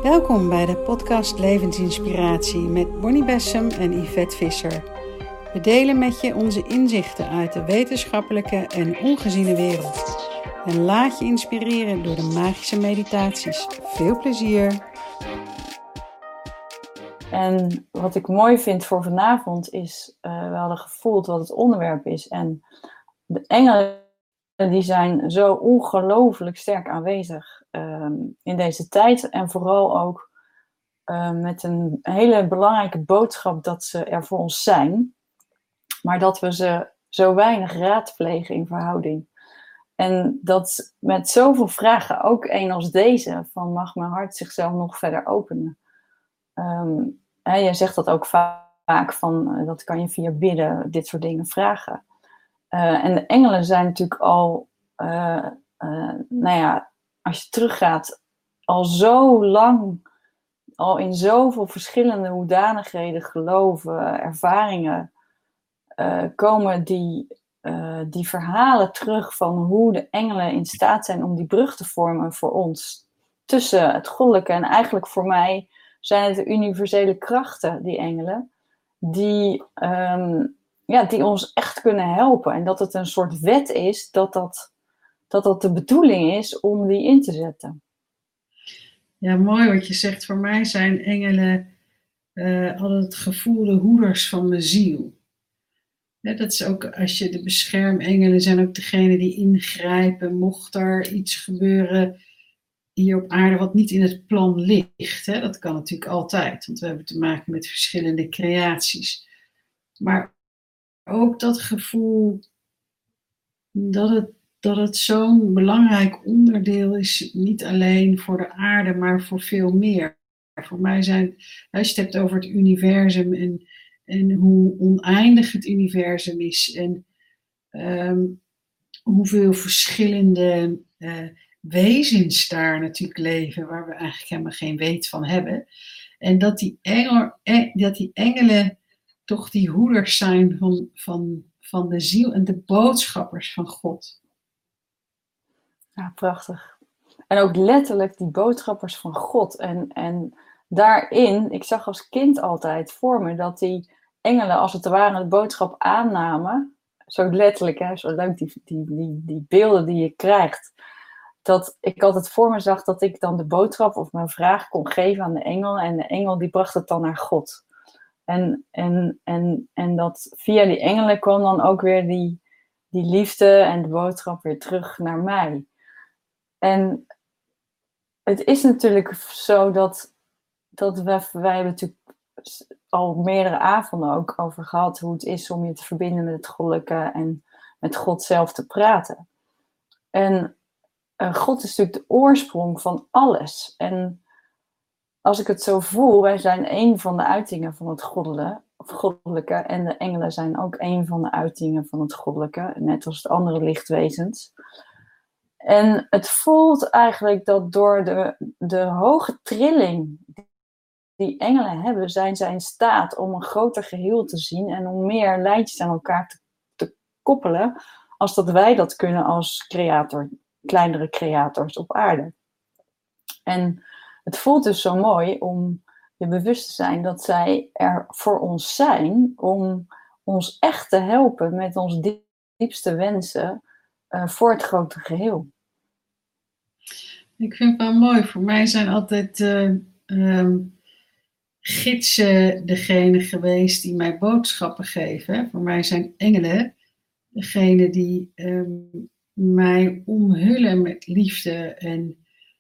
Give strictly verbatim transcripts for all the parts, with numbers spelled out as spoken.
Welkom bij de podcast Levensinspiratie met Bonnie Bessem en Yvette Visser. We delen met je onze inzichten uit de wetenschappelijke en ongeziene wereld. En laat je inspireren door de magische meditaties. Veel plezier! En wat ik mooi vind voor vanavond is, uh, we hadden gevoeld wat het onderwerp is. En de engelen die zijn zo ongelooflijk sterk aanwezig um, in deze tijd. En vooral ook uh, met een hele belangrijke boodschap dat ze er voor ons zijn. Maar dat we ze zo weinig raadplegen in verhouding. En dat met zoveel vragen, ook één als deze, van mag mijn hart zichzelf nog verder openen. Um, hè, jij zegt dat ook vaak, van, uh, dat kan je via bidden, dit soort dingen vragen. Uh, en de engelen zijn natuurlijk al, uh, uh, nou ja, als je teruggaat, al zo lang, al in zoveel verschillende hoedanigheden, geloven, ervaringen, uh, komen die, uh, die verhalen terug van hoe de engelen in staat zijn om die brug te vormen voor ons. Tussen het goddelijke en eigenlijk voor mij zijn het de universele krachten, die engelen, die... Um, Ja, die ons echt kunnen helpen. En dat het een soort wet is, dat dat, dat dat de bedoeling is om die in te zetten. Ja, mooi wat je zegt. Voor mij zijn engelen uh, altijd het gevoel de hoeders van mijn ziel. Ja, dat is ook, als je de beschermengelen zijn ook degene die ingrijpen, mocht er iets gebeuren hier op aarde wat niet in het plan ligt. Hè? Dat kan natuurlijk altijd, want we hebben te maken met verschillende creaties. Maar ook dat gevoel dat het, dat het zo'n belangrijk onderdeel is, niet alleen voor de aarde, maar voor veel meer. Voor mij zijn, als je het hebt over het universum en, en hoe oneindig het universum is en um, hoeveel verschillende uh, wezens daar natuurlijk leven, waar we eigenlijk helemaal geen weet van hebben. En dat die, engel, eh, dat die engelen toch die hoeders zijn van, van, van de ziel en de boodschappers van God. Ja, prachtig. En ook letterlijk die boodschappers van God. En, en daarin, ik zag als kind altijd voor me dat die engelen als het ware de boodschap aannamen. Zo letterlijk, hè, zo leuk die, die, die, die beelden die je krijgt. Dat ik altijd voor me zag dat ik dan de boodschap of mijn vraag kon geven aan de engel. En de engel die bracht het dan naar God. En, en, en, en dat via die engelen kwam dan ook weer die, die liefde en de boodschap weer terug naar mij. En het is natuurlijk zo dat, dat we, wij hebben natuurlijk al meerdere avonden ook over gehad hoe het is om je te verbinden met het goddelijke en met God zelf te praten. En uh, God is natuurlijk de oorsprong van alles. En als ik het zo voel, wij zijn een van de uitingen van het goddelijke, goddelijke en de engelen zijn ook een van de uitingen van het goddelijke, net als de andere lichtwezens. En het voelt eigenlijk dat door de, de hoge trilling die engelen hebben, zijn zij in staat om een groter geheel te zien en om meer lijntjes aan elkaar te, te koppelen, als dat wij dat kunnen als creator, kleinere creators op aarde. En het voelt dus zo mooi om je bewust te zijn dat zij er voor ons zijn om ons echt te helpen met onze diepste wensen uh, voor het grote geheel. Ik vind het wel mooi. Voor mij zijn altijd uh, um, gidsen degene geweest die mij boodschappen geven. Hè? Voor mij zijn engelen degene die um, mij omhullen met liefde en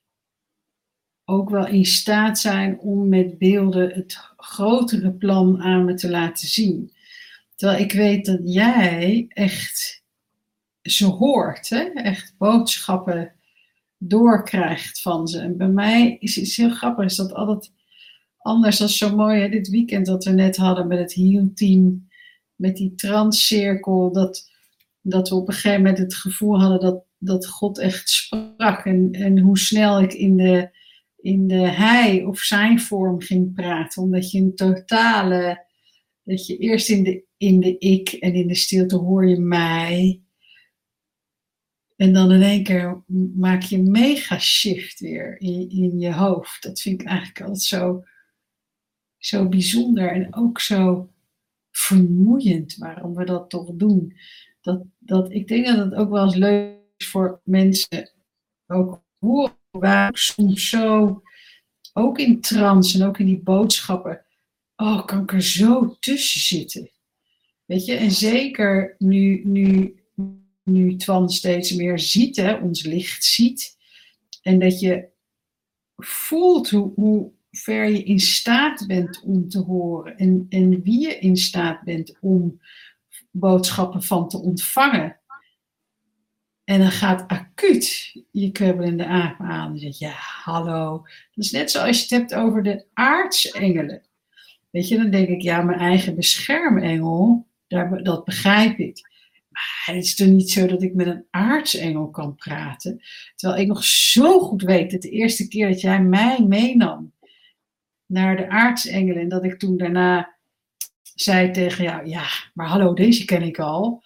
ook wel in staat zijn om met beelden het grotere plan aan me te laten zien. Terwijl ik weet dat jij echt ze hoort, hè? Echt boodschappen doorkrijgt van ze. En bij mij is het heel grappig, is dat altijd anders dan zo mooi, hè? Dit weekend dat we net hadden met het Heal-team, met die transcirkel, dat, dat we op een gegeven moment het gevoel hadden dat, dat God echt sprak en, en hoe snel ik in de in de hij of zijn vorm ging praten, omdat je een totale, dat je eerst in de, in de ik en in de stilte hoor je mij, En dan in één keer maak je een mega shift weer in, in je hoofd. Dat vind ik eigenlijk altijd zo, zo bijzonder en ook zo vermoeiend waarom we dat toch doen. Dat, dat, ik denk dat het ook wel eens leuk is voor mensen ook horen waar ik soms zo, ook in trance en ook in die boodschappen, oh, kan ik er zo tussen zitten. Weet je, en zeker nu, nu, nu Twan steeds meer ziet, hè, ons licht ziet, en dat je voelt hoe, hoe ver je in staat bent om te horen en, en wie je in staat bent om boodschappen van te ontvangen. En dan gaat acuut je kribbelende aap aan. En zeg je, ja, hallo. Dat is net zoals je het hebt over de aartsengelen. Weet je, dan denk ik, ja, mijn eigen beschermengel, daar, dat begrijp ik. Maar het is toch niet zo dat ik met een aartsengel kan praten. Terwijl ik nog zo goed weet dat de eerste keer dat jij mij meenam naar de aartsengelen en dat ik toen daarna zei tegen jou, ja, maar hallo, deze ken ik al.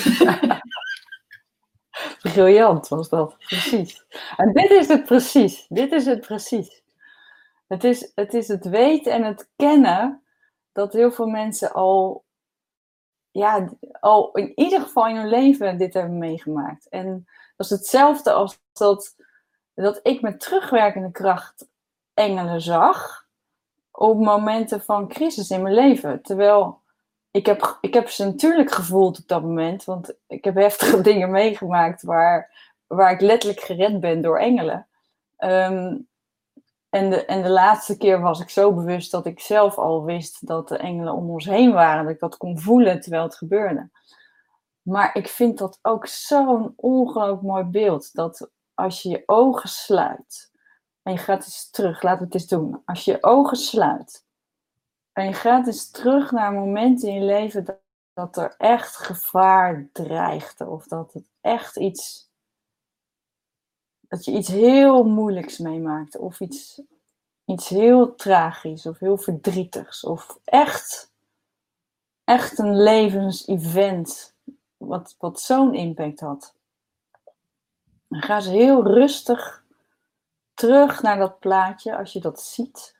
Briljant was dat, precies. En dit is het precies, dit is het precies. Het is het, is het weten en het kennen dat heel veel mensen al, ja, al in ieder geval in hun leven dit hebben meegemaakt. En dat is hetzelfde als dat, dat ik met terugwerkende kracht engelen zag op momenten van crisis in mijn leven. Terwijl ik heb, ik heb ze natuurlijk gevoeld op dat moment, want ik heb heftige dingen meegemaakt waar, waar ik letterlijk gered ben door engelen. Um, en, de, en de laatste keer was ik zo bewust dat ik zelf al wist dat de engelen om ons heen waren, dat ik dat kon voelen terwijl het gebeurde. Maar ik vind dat ook zo'n ongelooflijk mooi beeld, dat als je je ogen sluit en je gaat eens terug, laten we het eens doen. Als je je ogen sluit en je gaat eens terug naar momenten in je leven dat, dat er echt gevaar dreigde. Of dat het echt iets, dat je iets heel moeilijks meemaakt. Of iets, iets heel tragisch of heel verdrietigs. Of echt, echt een levensevent wat, wat zo'n impact had. Dan ga ze heel rustig terug naar dat plaatje als je dat ziet.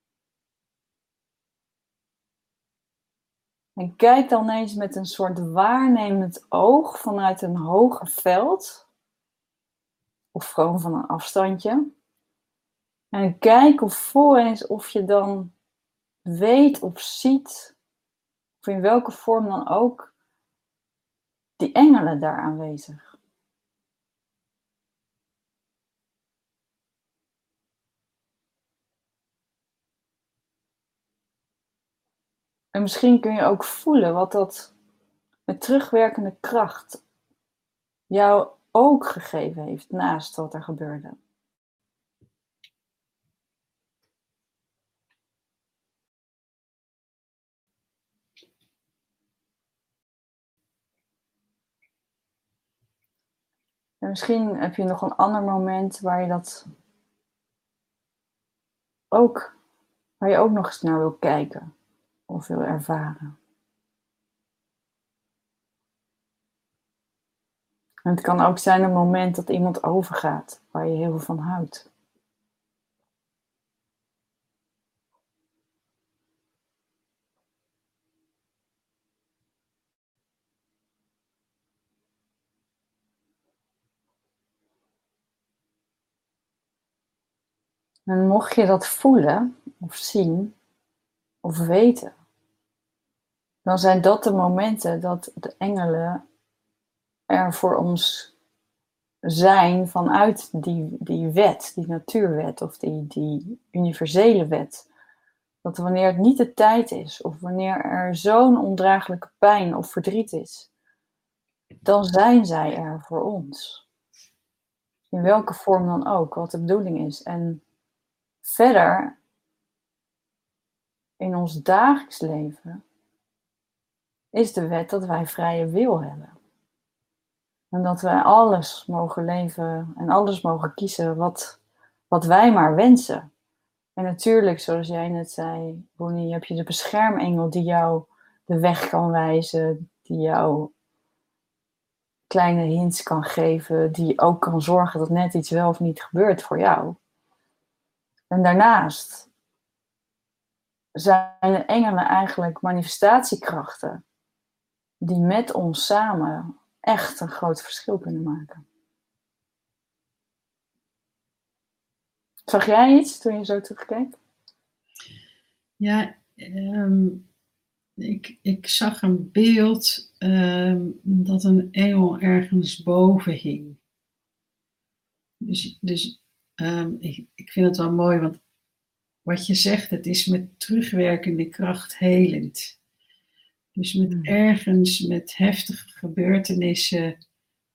En kijk dan eens met een soort waarnemend oog vanuit een hoger veld. Of gewoon van een afstandje. En kijk of voel eens of je dan weet of ziet, of in welke vorm dan ook, die engelen daar aanwezig. En misschien kun je ook voelen wat dat met terugwerkende kracht jou ook gegeven heeft naast wat er gebeurde. En misschien heb je nog een ander moment waar je dat ook, waar je ook nog eens naar wil kijken of wil ervaren. En het kan ook zijn een moment dat iemand overgaat waar je heel veel van houdt. En mocht je dat voelen, of zien, of weten, dan zijn dat de momenten dat de engelen er voor ons zijn vanuit die, die wet, die natuurwet, of die, die universele wet. Dat wanneer het niet de tijd is, of wanneer er zo'n ondraaglijke pijn of verdriet is, dan zijn zij er voor ons. In welke vorm dan ook, wat de bedoeling is. En verder, in ons dagelijks leven, is de wet dat wij vrije wil hebben. En dat wij alles mogen leven en alles mogen kiezen wat, wat wij maar wensen. En natuurlijk, zoals jij net zei, Bonnie, heb je de beschermengel die jou de weg kan wijzen, die jou kleine hints kan geven, die ook kan zorgen dat net iets wel of niet gebeurt voor jou. En daarnaast zijn de engelen eigenlijk manifestatiekrachten die met ons samen echt een groot verschil kunnen maken. Zag jij iets toen je zo terugkeek? Ja, um, ik, ik zag een beeld um, dat een engel ergens boven hing. Dus, dus um, ik, ik vind het wel mooi, want wat je zegt, het is met terugwerkende kracht helend. Dus met hmm. ergens met heftige gebeurtenissen,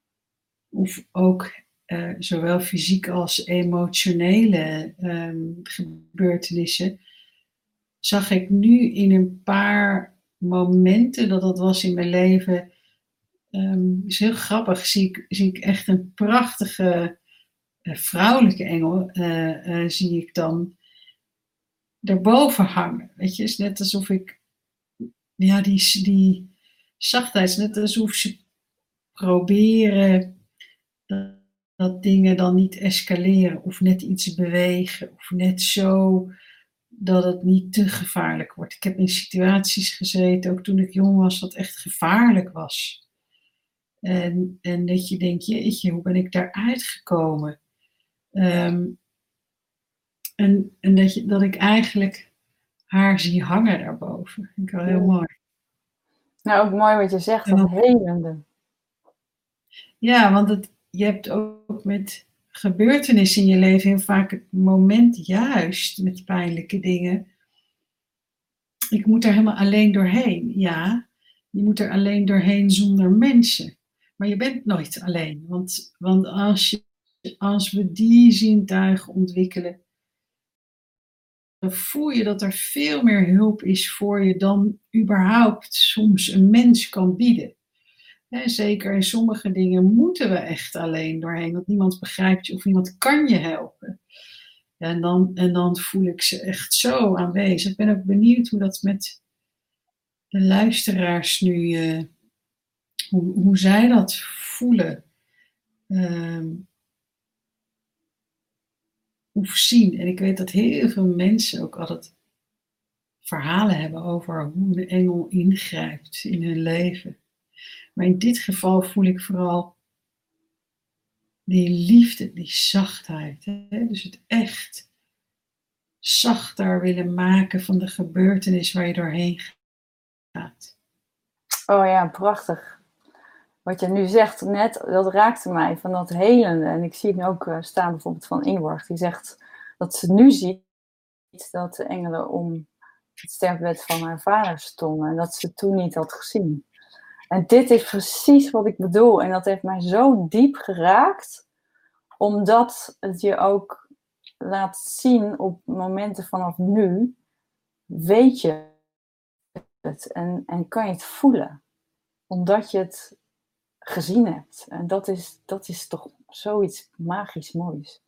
of ook uh, zowel fysiek als emotionele um, gebeurtenissen, zag ik nu in een paar momenten dat dat was in mijn leven, um, is heel grappig, zie ik, zie ik echt een prachtige uh, vrouwelijke engel, uh, uh, zie ik dan daarboven hangen. Weet je, het is net alsof ik, ja, die, die zachtheid, is net alsof ze proberen dat, dat dingen dan niet escaleren of net iets bewegen of net zo dat het niet te gevaarlijk wordt. Ik heb in situaties gezeten, ook toen ik jong was, dat echt gevaarlijk was. En, en dat je denkt, jeetje, hoe ben ik daar uitgekomen? Um, en en dat, je, dat ik eigenlijk haar zie hangen daarboven. Dat vind ik wel heel mooi. Nou, ook mooi wat je zegt, dat dan, helende. Ja, want het, je hebt ook met gebeurtenissen in je leven heel vaak het moment juist met pijnlijke dingen. Ik moet er helemaal alleen doorheen. Ja, je moet er alleen doorheen zonder mensen. Maar je bent nooit alleen. Want, want als, je, als we die zintuigen ontwikkelen, dan voel je dat er veel meer hulp is voor je dan überhaupt soms een mens kan bieden. He, zeker in sommige dingen moeten we echt alleen doorheen, want niemand begrijpt je of niemand kan je helpen. Ja, en, dan, en dan voel ik ze echt zo aanwezig. Ik ben ook benieuwd hoe dat met de luisteraars nu, uh, hoe, hoe zij dat voelen. Um, of zien. En ik weet dat heel veel mensen ook altijd verhalen hebben over hoe de engel ingrijpt in hun leven. Maar in dit geval voel ik vooral die liefde, die zachtheid. Hè? Dus het echt zachter willen maken van de gebeurtenis waar je doorheen gaat. Oh ja, prachtig. Wat je nu zegt net, dat raakte mij van dat helende. En ik zie het nu ook staan bijvoorbeeld van Ingeborg. Die zegt dat ze nu ziet dat de engelen om het sterfbed van haar vader stonden. En dat ze het toen niet had gezien. En dit is precies wat ik bedoel. En dat heeft mij zo diep geraakt. Omdat het je ook laat zien op momenten vanaf nu. Weet je het. En, en kan je het voelen. Omdat je het gezien hebt. En dat is, dat is toch zoiets magisch moois.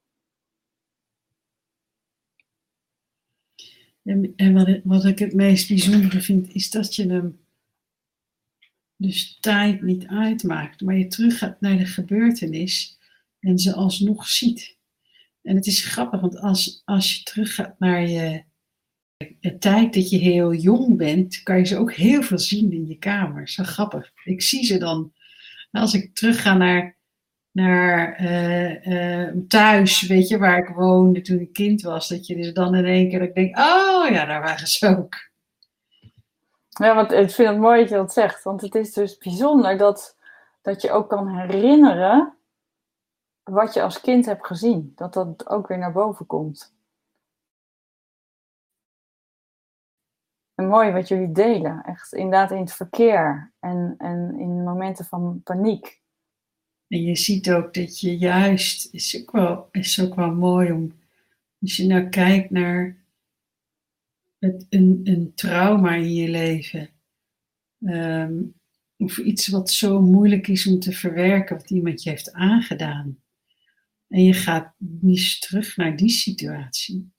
En, en wat, wat ik het meest bijzondere vind, is dat je hem dus tijd niet uitmaakt, maar je teruggaat naar de gebeurtenis en ze alsnog ziet. En het is grappig, want als, als je teruggaat naar je de tijd dat je heel jong bent, kan je ze ook heel veel zien in je kamer. Zo grappig. Ik zie ze dan, als ik terugga naar, naar uh, uh, thuis, weet je, waar ik woonde toen ik kind was, dat je dus dan in één keer, dat ik denk, oh ja, daar waren ze ook. Ja, want ik vind het mooi dat je dat zegt, want het is dus bijzonder dat, dat je ook kan herinneren wat je als kind hebt gezien. Dat dat ook weer naar boven komt. En mooi wat jullie delen. Echt inderdaad in het verkeer en, en in momenten van paniek. En je ziet ook dat je juist, is ook wel, is ook wel mooi om, als je nou kijkt naar het, een, een trauma in je leven. Um, of iets wat zo moeilijk is om te verwerken, wat iemand je heeft aangedaan. En je gaat niet terug naar die situatie.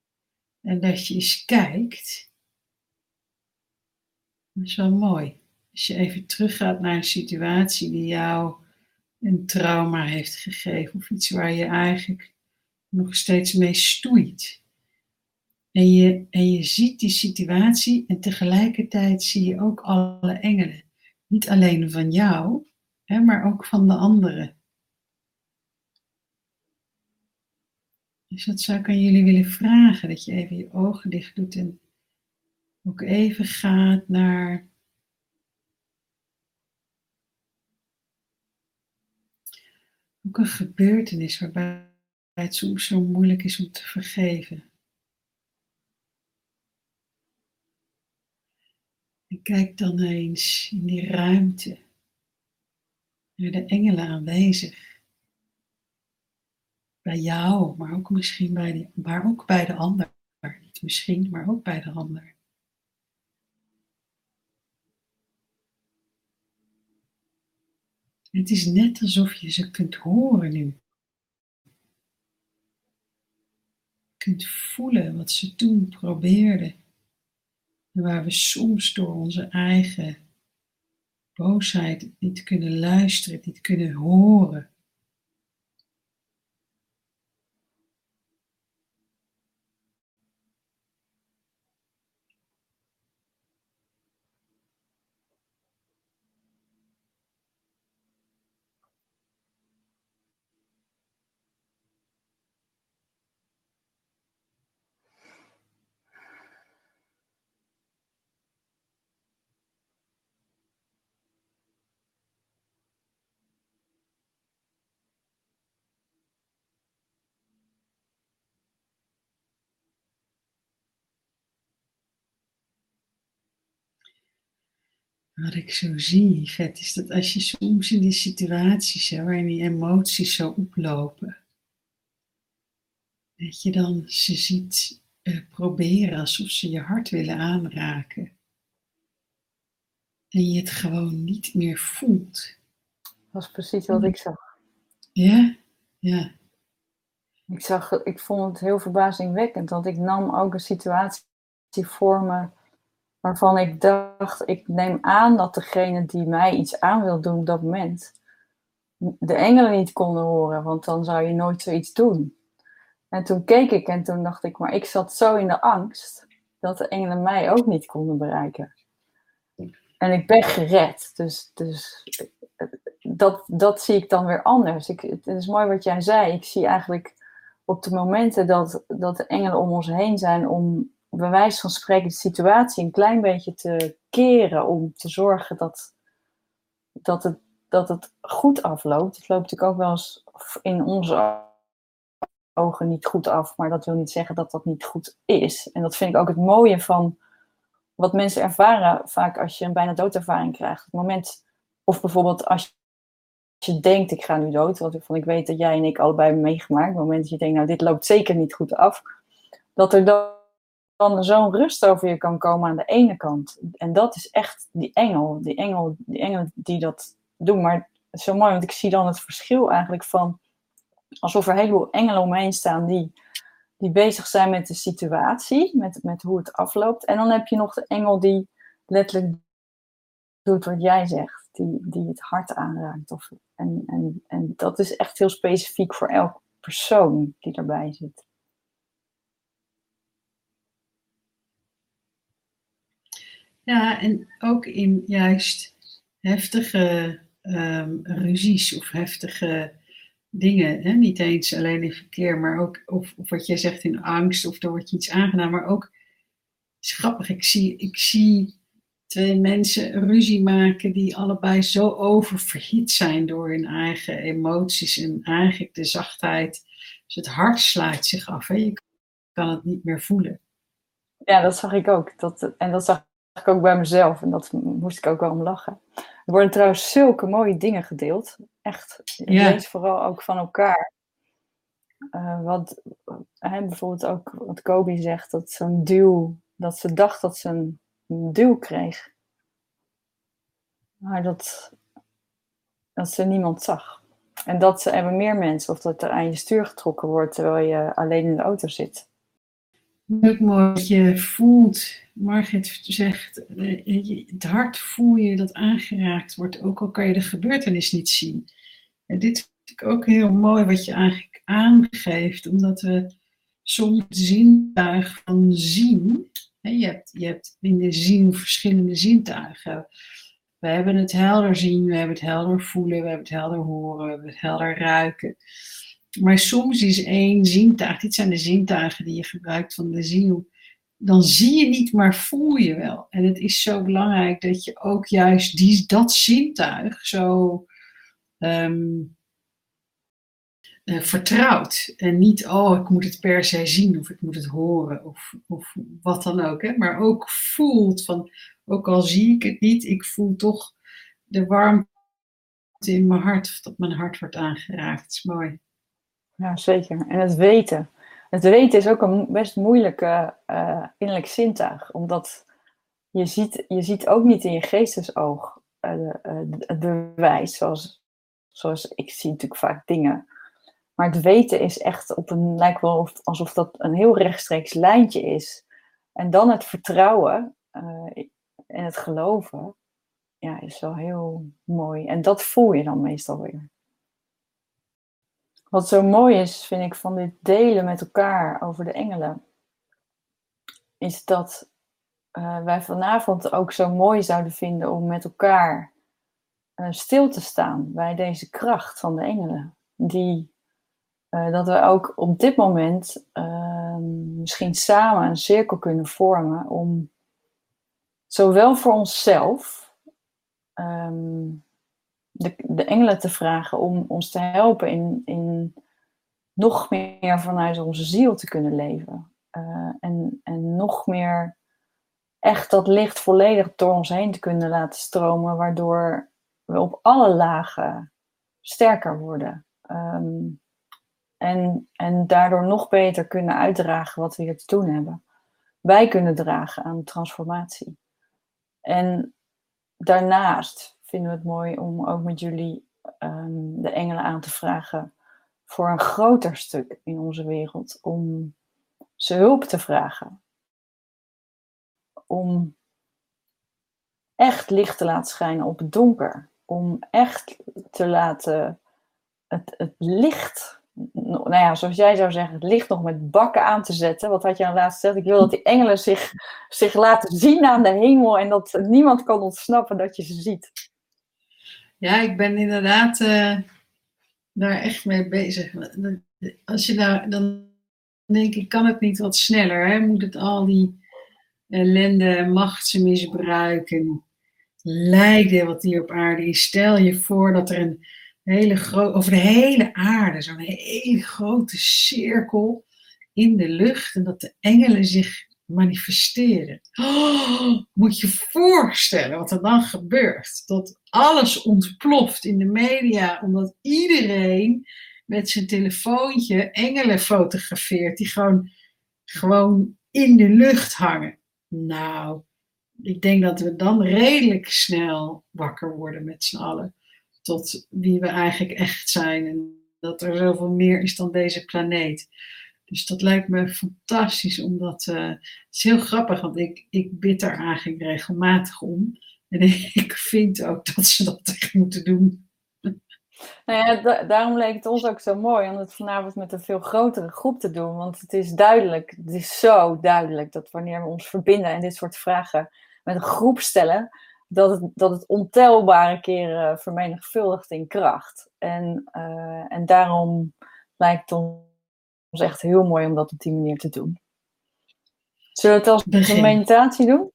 En dat je eens kijkt. Dat is wel mooi. Als je even teruggaat naar een situatie die jou een trauma heeft gegeven, of iets waar je eigenlijk nog steeds mee stoeit. En je, en je ziet die situatie en tegelijkertijd zie je ook alle engelen. Niet alleen van jou, hè, maar ook van de anderen. Dus dat zou ik aan jullie willen vragen, dat je even je ogen dicht doet en ook even gaat naar ook een gebeurtenis waarbij het soms zo moeilijk is om te vergeven. En kijk dan eens in die ruimte naar de engelen aanwezig. Bij jou, maar ook misschien bij de, maar ook bij de ander. Niet misschien, maar ook bij de ander. Het is net alsof je ze kunt horen nu. Je kunt voelen wat ze toen probeerden. En waar we soms door onze eigen boosheid niet kunnen luisteren, niet kunnen horen. Wat ik zo zie, Yvette, is dat als je soms in die situaties, hè, waarin die emoties zo oplopen, dat je dan ze ziet uh, proberen alsof ze je hart willen aanraken. En je het gewoon niet meer voelt. Dat is precies wat ik zag. Ja? Ja. Ik, zag, ik vond het heel verbazingwekkend, want ik nam ook een situatie voor me waarvan ik dacht, ik neem aan dat degene die mij iets aan wil doen op dat moment, de engelen niet konden horen, want dan zou je nooit zoiets doen. En toen keek ik en toen dacht ik, maar ik zat zo in de angst dat de engelen mij ook niet konden bereiken. En ik ben gered, dus, dus dat, dat zie ik dan weer anders. Ik, het is mooi wat jij zei, ik zie eigenlijk op de momenten dat, dat de engelen om ons heen zijn om bij wijze van spreken de situatie een klein beetje te keren, om te zorgen dat, dat, het, dat het goed afloopt. Het loopt natuurlijk ook wel eens in onze ogen niet goed af, maar dat wil niet zeggen dat dat niet goed is. En dat vind ik ook het mooie van wat mensen ervaren vaak als je een bijna doodervaring krijgt. Het moment, of bijvoorbeeld als je denkt, ik ga nu dood, wat ik, van, ik weet dat jij en ik allebei hebben meegemaakt, op het moment dat je denkt, nou dit loopt zeker niet goed af, dat er dan, dan zo'n rust over je kan komen aan de ene kant. En dat is echt die engel, die engel, die engelen die dat doen. Maar het is zo mooi, want ik zie dan het verschil eigenlijk van, alsof er een heleboel engelen omheen staan die, die bezig zijn met de situatie, met, met hoe het afloopt. En dan heb je nog de engel die letterlijk doet wat jij zegt, die, die het hart aanraakt. Of, en, en, en dat is echt heel specifiek voor elke persoon die erbij zit. Ja, en ook in juist heftige um, ruzies of heftige dingen. Hè? Niet eens alleen in verkeer, maar ook, of, of wat jij zegt in angst, of er wordt je iets aangedaan. Maar ook, het is grappig, ik zie, ik zie twee mensen ruzie maken die allebei zo oververhit zijn door hun eigen emoties en eigenlijk de zachtheid. Dus het hart slaat zich af, hè? Je kan het niet meer voelen. Ja, dat zag ik ook. Dat, en dat zag ik ook bij mezelf. En dat moest ik ook wel om lachen. Er worden trouwens zulke mooie dingen gedeeld. Echt. Ja. Lees vooral ook van elkaar. Uh, wat, uh, bijvoorbeeld ook wat Kobe zegt. Dat ze een duw, dat ze dacht dat ze een, een duw kreeg. Maar dat, dat ze niemand zag. En dat ze hebben meer mensen. Of dat er aan je stuur getrokken wordt terwijl je alleen in de auto zit. Ook mooi wat je voelt. Margit zegt, het hart voel je dat aangeraakt wordt, ook al kan je de gebeurtenis niet zien. En dit vind ik ook heel mooi wat je eigenlijk aangeeft, omdat we soms zintuig van zien. Je hebt, je hebt in de ziel verschillende zintuigen. We hebben het helder zien, we hebben het helder voelen, we hebben het helder horen, we hebben het helder ruiken. Maar soms is één zintuig, dit zijn de zintuigen die je gebruikt van de ziel, dan zie je niet, maar voel je wel. En het is zo belangrijk dat je ook juist die, dat zintuig zo um, uh, vertrouwt. En niet, oh, ik moet het per se zien of ik moet het horen of, of wat dan ook. Hè? Maar ook voelt van, ook al zie ik het niet, ik voel toch de warmte in mijn hart, of dat mijn hart wordt aangeraakt. Dat is mooi. Ja, zeker. En het weten. Het weten is ook een best moeilijke uh, innerlijk zintuig. Omdat je ziet, je ziet ook niet in je geestesoog uh, het bewijs. Zoals, zoals ik zie natuurlijk vaak dingen. Maar het weten is echt op een, lijkt wel alsof dat een heel rechtstreeks lijntje is. En dan het vertrouwen uh, en het geloven, ja, is wel heel mooi. En dat voel je dan meestal weer. Wat zo mooi is, vind ik, van dit delen met elkaar over de engelen, is dat uh, wij vanavond ook zo mooi zouden vinden om met elkaar uh, stil te staan bij deze kracht van de engelen. Die, uh, dat we ook op dit moment uh, misschien samen een cirkel kunnen vormen om zowel voor onszelf um, De, de engelen te vragen om ons te helpen in, in nog meer vanuit onze ziel te kunnen leven. Uh, en, en nog meer echt dat licht volledig door ons heen te kunnen laten stromen, waardoor we op alle lagen sterker worden. Um, en, en daardoor nog beter kunnen uitdragen wat we hier te doen hebben. Wij kunnen dragen aan de transformatie. En daarnaast vinden we het mooi om ook met jullie um, de engelen aan te vragen voor een groter stuk in onze wereld. Om ze hulp te vragen. Om echt licht te laten schijnen op het donker. Om echt te laten het, het licht, nou ja, zoals jij zou zeggen, het licht nog met bakken aan te zetten. Wat had je aan laatst gezegd? Ik wil dat die engelen zich, zich laten zien aan de hemel en dat niemand kan ontsnappen dat je ze ziet. Ja, ik ben inderdaad uh, daar echt mee bezig. Als je daar, dan denk ik, kan het niet wat sneller? Hè? Moet het al die ellende, machtsmisbruiken, lijden wat hier op aarde is? Stel je voor dat er een hele grote, over de hele aarde, zo'n hele grote cirkel in de lucht en dat de engelen zich manifesteren. Oh, moet je voorstellen wat er dan gebeurt. Dat alles ontploft in de media, omdat iedereen met zijn telefoontje engelen fotografeert die gewoon, gewoon in de lucht hangen. Nou, ik denk dat we dan redelijk snel wakker worden met z'n allen. Tot wie we eigenlijk echt zijn. En dat er zoveel meer is dan deze planeet. Dus dat lijkt me fantastisch. Omdat, uh, het is heel grappig. Want ik, ik bid daar eigenlijk regelmatig om. En ik vind ook dat ze dat echt moeten doen. Nou ja, da- daarom leek het ons ook zo mooi om het vanavond met een veel grotere groep te doen. Want het is duidelijk, het is zo duidelijk dat wanneer we ons verbinden en dit soort vragen met een groep stellen, dat het, dat het ontelbare keren vermenigvuldigt in kracht. En, uh, en daarom lijkt het ons echt heel mooi om dat op die manier te doen. Zullen we het als Begin. een meditatie doen?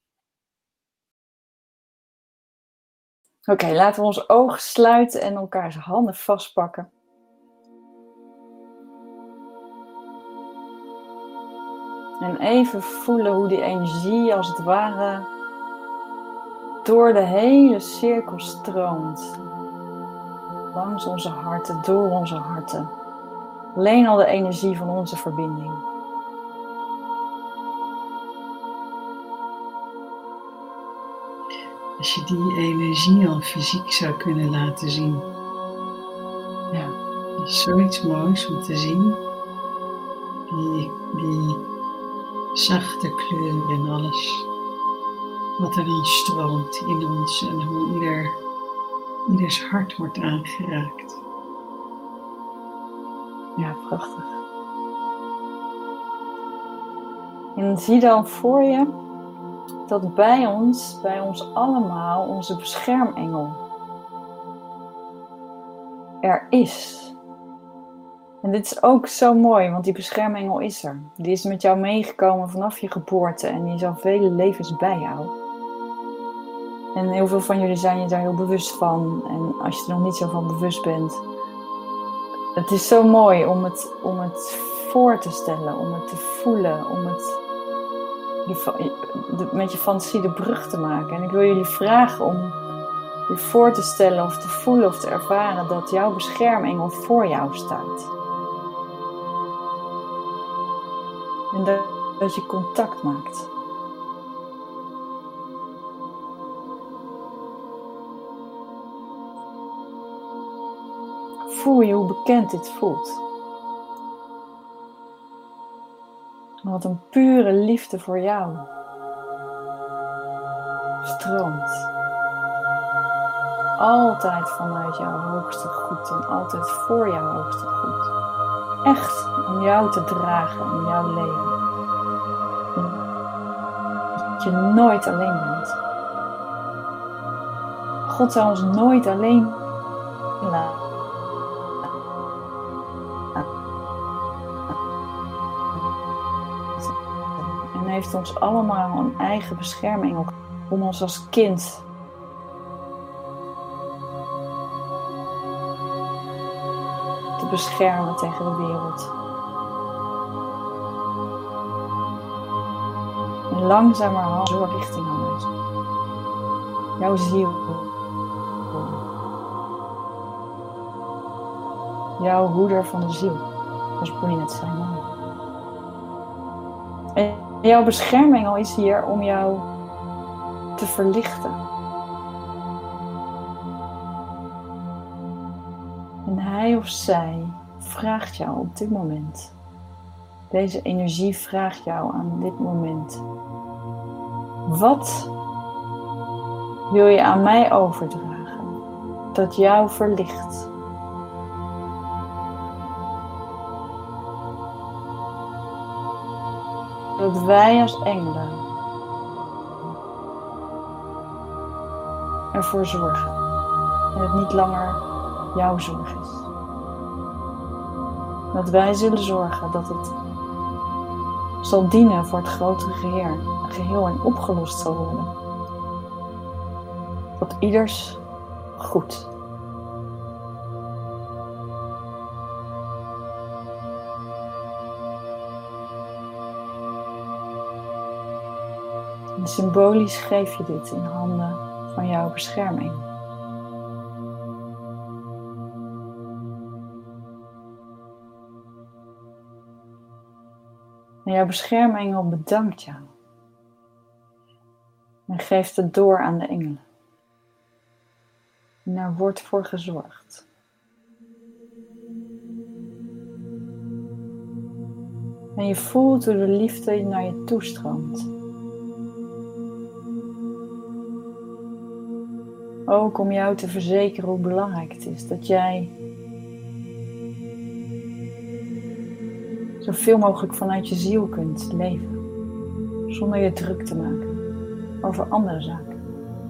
Oké, okay, laten we onze ogen sluiten en elkaars handen vastpakken. En even voelen hoe die energie als het ware door de hele cirkel stroomt. Langs onze harten, door onze harten. Alleen al de energie van onze verbinding. Als je die energie al fysiek zou kunnen laten zien. Ja, dat is zoiets moois om te zien. Die, die zachte kleur en alles wat er dan stroomt in ons en hoe ieder, ieders hart wordt aangeraakt. Ja, prachtig. En zie dan voor je dat bij ons, bij ons allemaal, onze beschermengel er is. En dit is ook zo mooi, want die beschermengel is er. Die is met jou meegekomen vanaf je geboorte en die is al vele levens bij jou. En heel veel van jullie zijn je daar heel bewust van. En als je er nog niet zo van bewust bent, het is zo mooi om het, om het voor te stellen, om het te voelen, om het je, met je fantasie de brug te maken. En ik wil jullie vragen om je voor te stellen of te voelen of te ervaren dat jouw beschermengel voor jou staat. En dat, dat je contact maakt. Voel je hoe bekend dit voelt. Wat een pure liefde voor jou stroomt. Altijd vanuit jouw hoogste goed en altijd voor jouw hoogste goed. Echt om jou te dragen in jouw leven. Dat je nooit alleen bent. God zou ons nooit alleen laten. En heeft ons allemaal een eigen bescherming om ons als kind te beschermen tegen de wereld. En langzamerhand zo richting anders. Jouw ziel. Jouw hoeder van de ziel. Zoals Bonnie net zei. En jouw beschermengel is hier om jou te verlichten. En hij of zij vraagt jou op dit moment. Deze energie vraagt jou aan dit moment. Wat wil je aan mij overdragen dat jou verlicht? Dat wij als engelen ervoor zorgen. En het niet langer jouw zorg is. Dat wij zullen zorgen dat het zal dienen voor het grotere geheel, geheel en opgelost zal worden. Tot ieders goed. En symbolisch geef je dit in handen van jouw bescherming. En jouw beschermengel bedankt jou. En geeft het door aan de engelen. En daar wordt voor gezorgd. En je voelt hoe de liefde naar je toestroomt. Ook om jou te verzekeren hoe belangrijk het is dat jij zoveel mogelijk vanuit je ziel kunt leven. Zonder je druk te maken over andere zaken.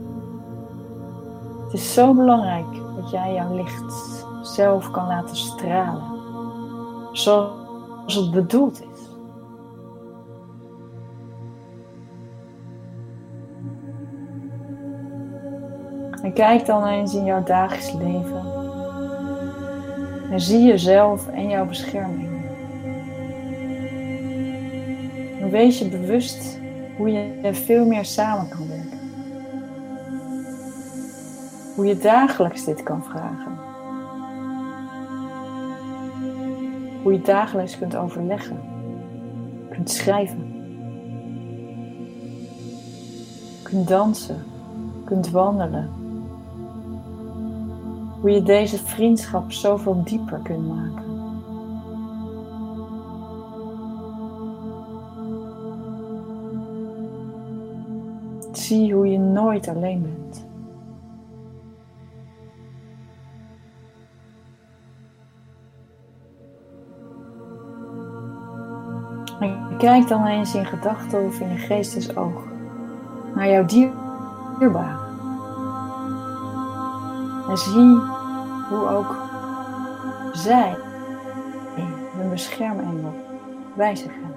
Het is zo belangrijk dat jij jouw licht zelf kan laten stralen. Zoals het bedoeld is. En kijk dan eens in jouw dagelijks leven. En zie jezelf en jouw bescherming. En wees je bewust hoe je veel meer samen kan werken. Hoe je dagelijks dit kan vragen. Hoe je dagelijks kunt overleggen. Kunt schrijven. Kunt dansen. Kunt wandelen. Hoe je deze vriendschap zoveel dieper kunt maken. Zie hoe je nooit alleen bent. En kijk dan eens in gedachten of in je geestesoog naar jouw dierbare. En zie hoe ook zij hun beschermengel bij zich hebben.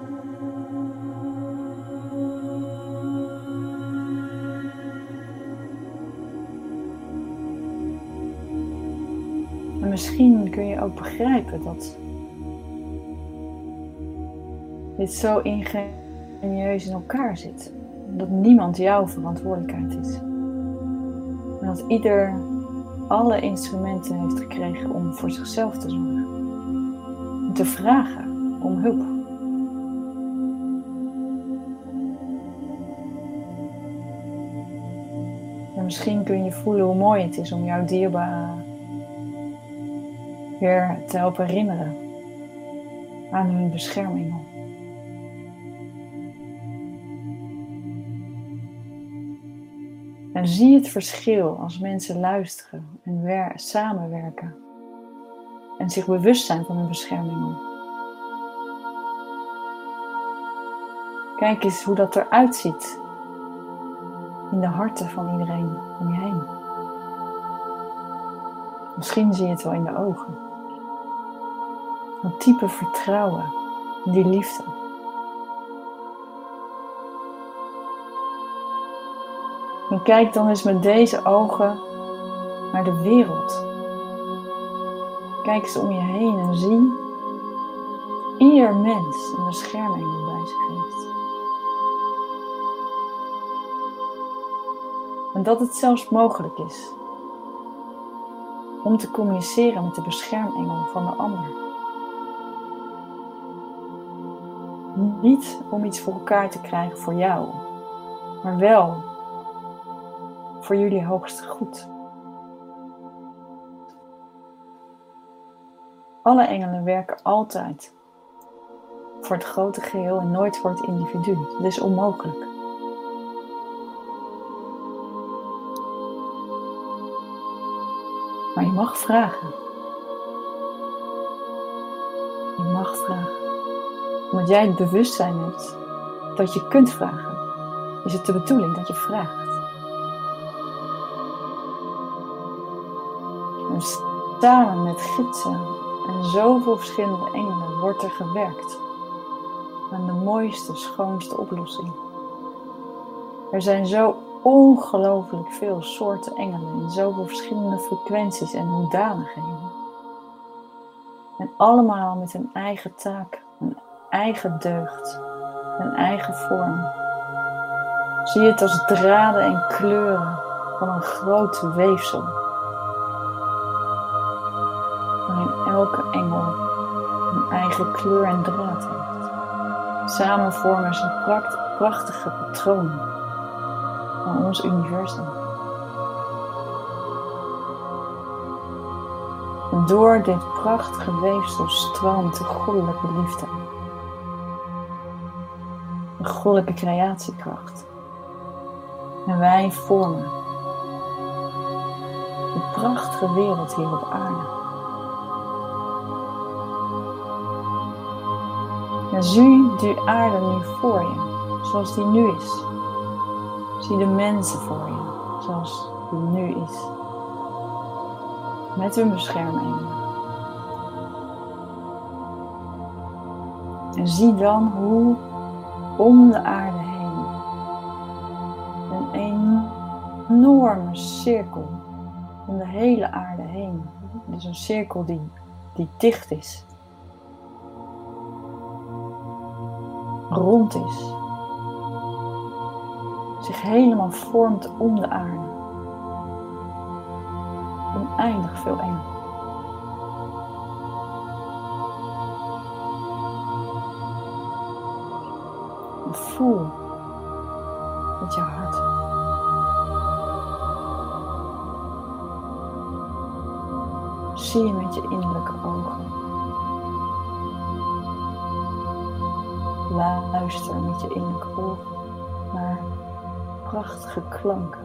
En misschien kun je ook begrijpen dat dit zo ingenieus in elkaar zit. Dat niemand jouw verantwoordelijkheid is. En dat ieder alle instrumenten heeft gekregen om voor zichzelf te zorgen. Om te vragen om hulp. En misschien kun je voelen hoe mooi het is om jouw dierbare weer te helpen herinneren aan hun beschermengel. En zie het verschil als mensen luisteren en wer- samenwerken en zich bewust zijn van hun beschermengel. Kijk eens hoe dat eruit ziet in de harten van iedereen om je heen. Misschien zie je het wel in de ogen. Dat diepe vertrouwen, die liefde. En kijk dan eens met deze ogen naar de wereld. Kijk eens om je heen en zie ieder mens een beschermengel bij zich heeft. En dat het zelfs mogelijk is om te communiceren met de beschermengel van de ander. Niet om iets voor elkaar te krijgen voor jou, maar wel voor jullie hoogste goed. Alle engelen werken altijd voor het grote geheel en nooit voor het individu. Dat is onmogelijk. Maar je mag vragen. Je mag vragen. Omdat jij het bewustzijn hebt dat je kunt vragen, is het de bedoeling dat je vraagt. En samen met gidsen en zoveel verschillende engelen wordt er gewerkt aan de mooiste, schoonste oplossing. Er zijn zo ongelooflijk veel soorten engelen in zoveel verschillende frequenties en hoedanigheden. En allemaal met een eigen taak, een eigen deugd, een eigen vorm. Zie het als draden en kleuren van een groot weefsel. Waarin elke engel een eigen kleur en draad heeft. Samen vormen ze een pracht, prachtige patroon van ons universum. En door dit prachtige weefsel stroomt de goddelijke liefde. De goddelijke creatiekracht. En wij vormen de prachtige wereld hier op aarde. En zie die aarde nu voor je, zoals die nu is. Zie de mensen voor je, zoals die nu is. Met hun beschermengelen. En zie dan hoe om de aarde heen een enorme cirkel om de hele aarde heen. Dus een cirkel die, die dicht is. Rond is. Zich helemaal vormt om de aarde. Oneindig veel engelen. En voel met je hart. Zie je met je innerlijke ogen. Luister met je innerlijke oren naar prachtige klanken.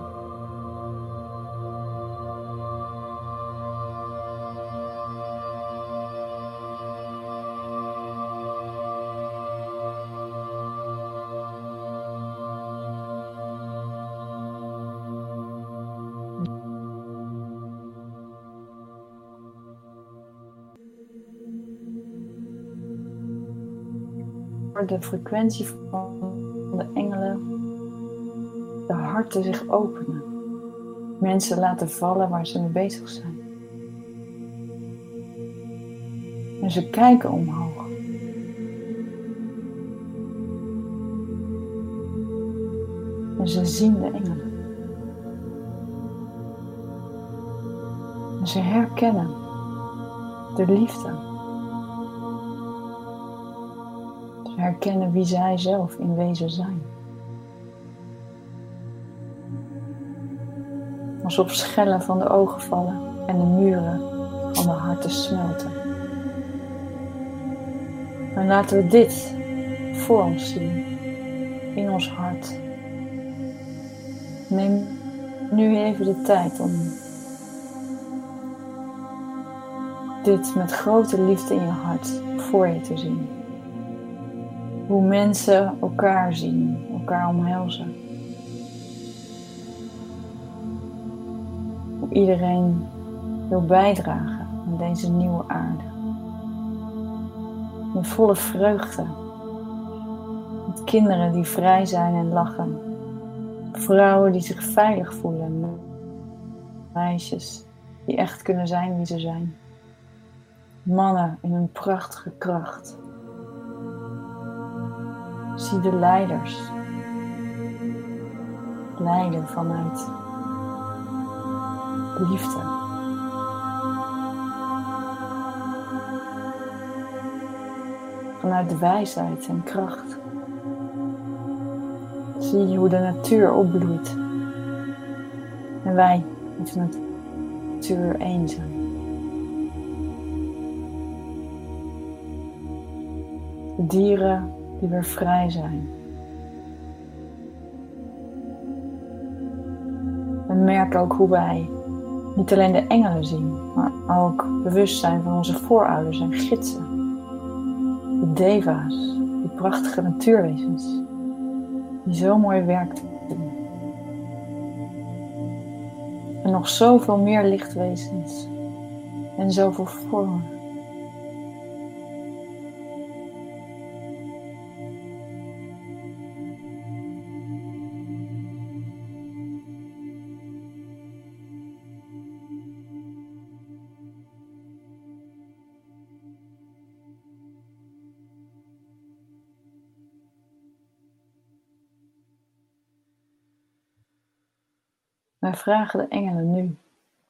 De frequentie van de engelen, de harten zich openen. Mensen laten vallen waar ze mee bezig zijn. En ze kijken omhoog. En ze zien de engelen. En ze herkennen de liefde. Herkennen wie zij zelf in wezen zijn. Alsof schellen van de ogen vallen en de muren van de harten smelten. En laten we dit voor ons zien, in ons hart. Neem nu even de tijd om dit met grote liefde in je hart voor je te zien. Hoe mensen elkaar zien, elkaar omhelzen. Hoe iedereen wil bijdragen aan deze nieuwe aarde. In volle vreugde. Met kinderen die vrij zijn en lachen. Vrouwen die zich veilig voelen. Meisjes die echt kunnen zijn wie ze zijn. Mannen in hun prachtige kracht. Zie de leiders leiden vanuit liefde. Vanuit de wijsheid en kracht. Zie hoe de natuur opbloeit. En wij met de natuur één zijn. De dieren die weer vrij zijn. We merken ook hoe wij niet alleen de engelen zien, maar ook bewust zijn van onze voorouders en gidsen. De deva's, die prachtige natuurwezens, die zo mooi werk doen. En nog zoveel meer lichtwezens en zoveel vormen. Wij vragen de engelen nu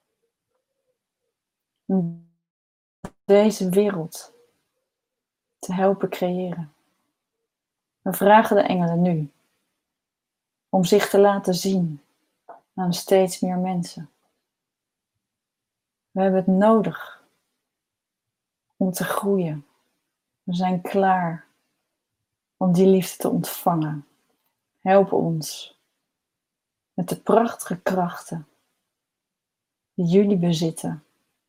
om deze wereld te helpen creëren. We vragen de engelen nu om zich te laten zien aan steeds meer mensen. We hebben het nodig om te groeien. We zijn klaar om die liefde te ontvangen. Help ons met de prachtige krachten die jullie bezitten.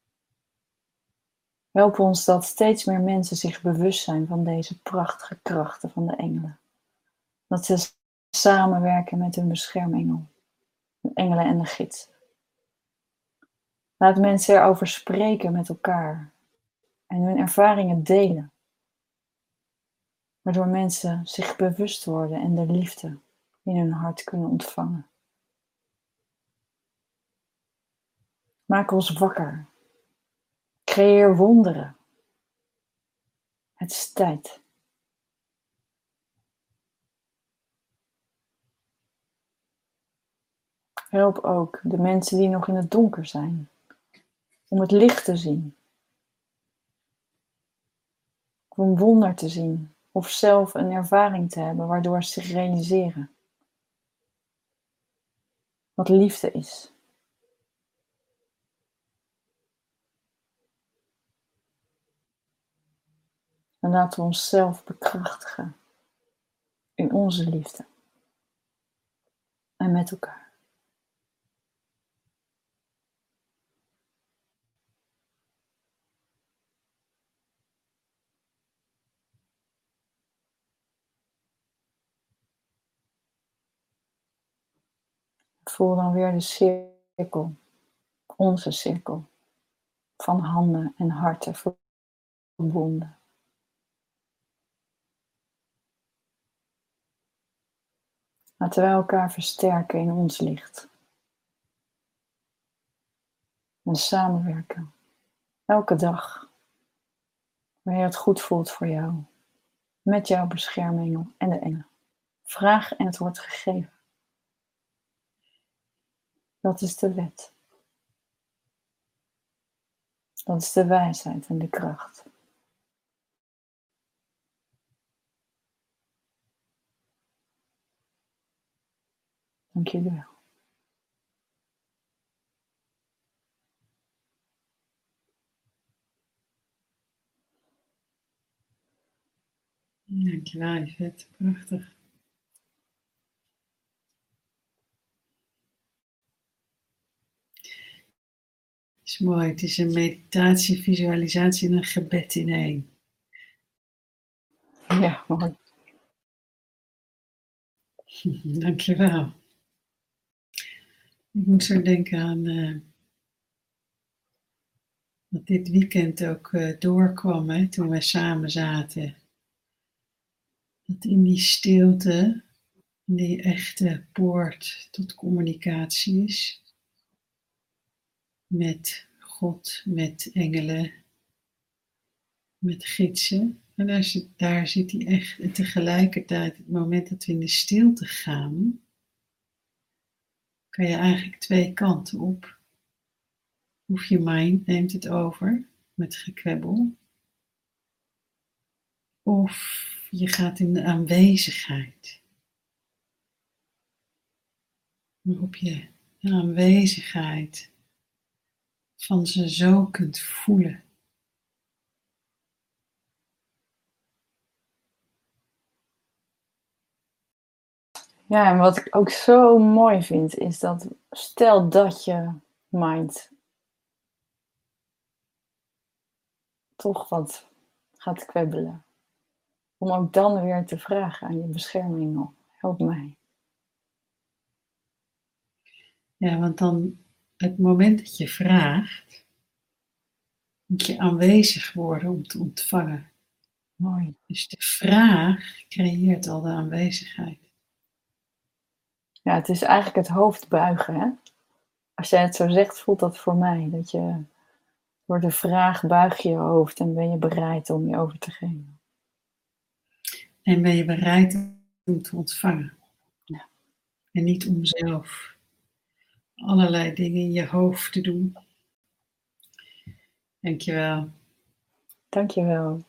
Help ons dat steeds meer mensen zich bewust zijn van deze prachtige krachten van de engelen. Dat ze samenwerken met hun beschermengel, de engelen en de gids. Laat mensen erover spreken met elkaar en hun ervaringen delen. Waardoor mensen zich bewust worden en de liefde in hun hart kunnen ontvangen. Maak ons wakker. Creëer wonderen. Het is tijd. Help ook de mensen die nog in het donker zijn. Om het licht te zien. Om een wonder te zien. Of zelf een ervaring te hebben waardoor ze zich realiseren. Wat liefde is. En laten we onszelf bekrachtigen in onze liefde. En en met elkaar. Voel dan weer de cirkel, onze cirkel, van handen en harten verbonden. Laten wij elkaar versterken in ons licht. En samenwerken, elke dag, wanneer het goed voelt voor jou, met jouw beschermengel en de engelen. Vraag en het wordt gegeven. Dat is de wet. Dat is de wijsheid en de kracht. Dank jullie wel. Dankjewel, Yvette. Prachtig. Het is mooi. Het is een meditatie, visualisatie en een gebed in één. Ja, mooi. Dankjewel. Ik moet zo denken aan uh, wat dit weekend ook uh, doorkwam, hè, toen wij samen zaten. Dat in die stilte, die echte poort tot communicatie is. Met God, met engelen, met gidsen. En daar zit, daar zit hij echt. En tegelijkertijd, het moment dat we in de stilte gaan, kan je eigenlijk twee kanten op. Of je mind neemt het over met gekwebbel. Of je gaat in de aanwezigheid. Waarop je de aanwezigheid van ze zo kunt voelen. Ja, en wat ik ook zo mooi vind, is dat stel dat je mind toch wat gaat kwebbelen. Om ook dan weer te vragen aan je beschermengel, help mij. Ja, want dan, het moment dat je vraagt, moet je aanwezig worden om te ontvangen. Mooi. Dus de vraag creëert al de aanwezigheid. Ja, het is eigenlijk het hoofd buigen, hè? Als jij het zo zegt, voelt dat voor mij. Dat je door de vraag buig je je hoofd en ben je bereid om je over te geven. En ben je bereid om te ontvangen. Ja. En niet om zelf allerlei dingen in je hoofd te doen. Dankjewel. Dankjewel.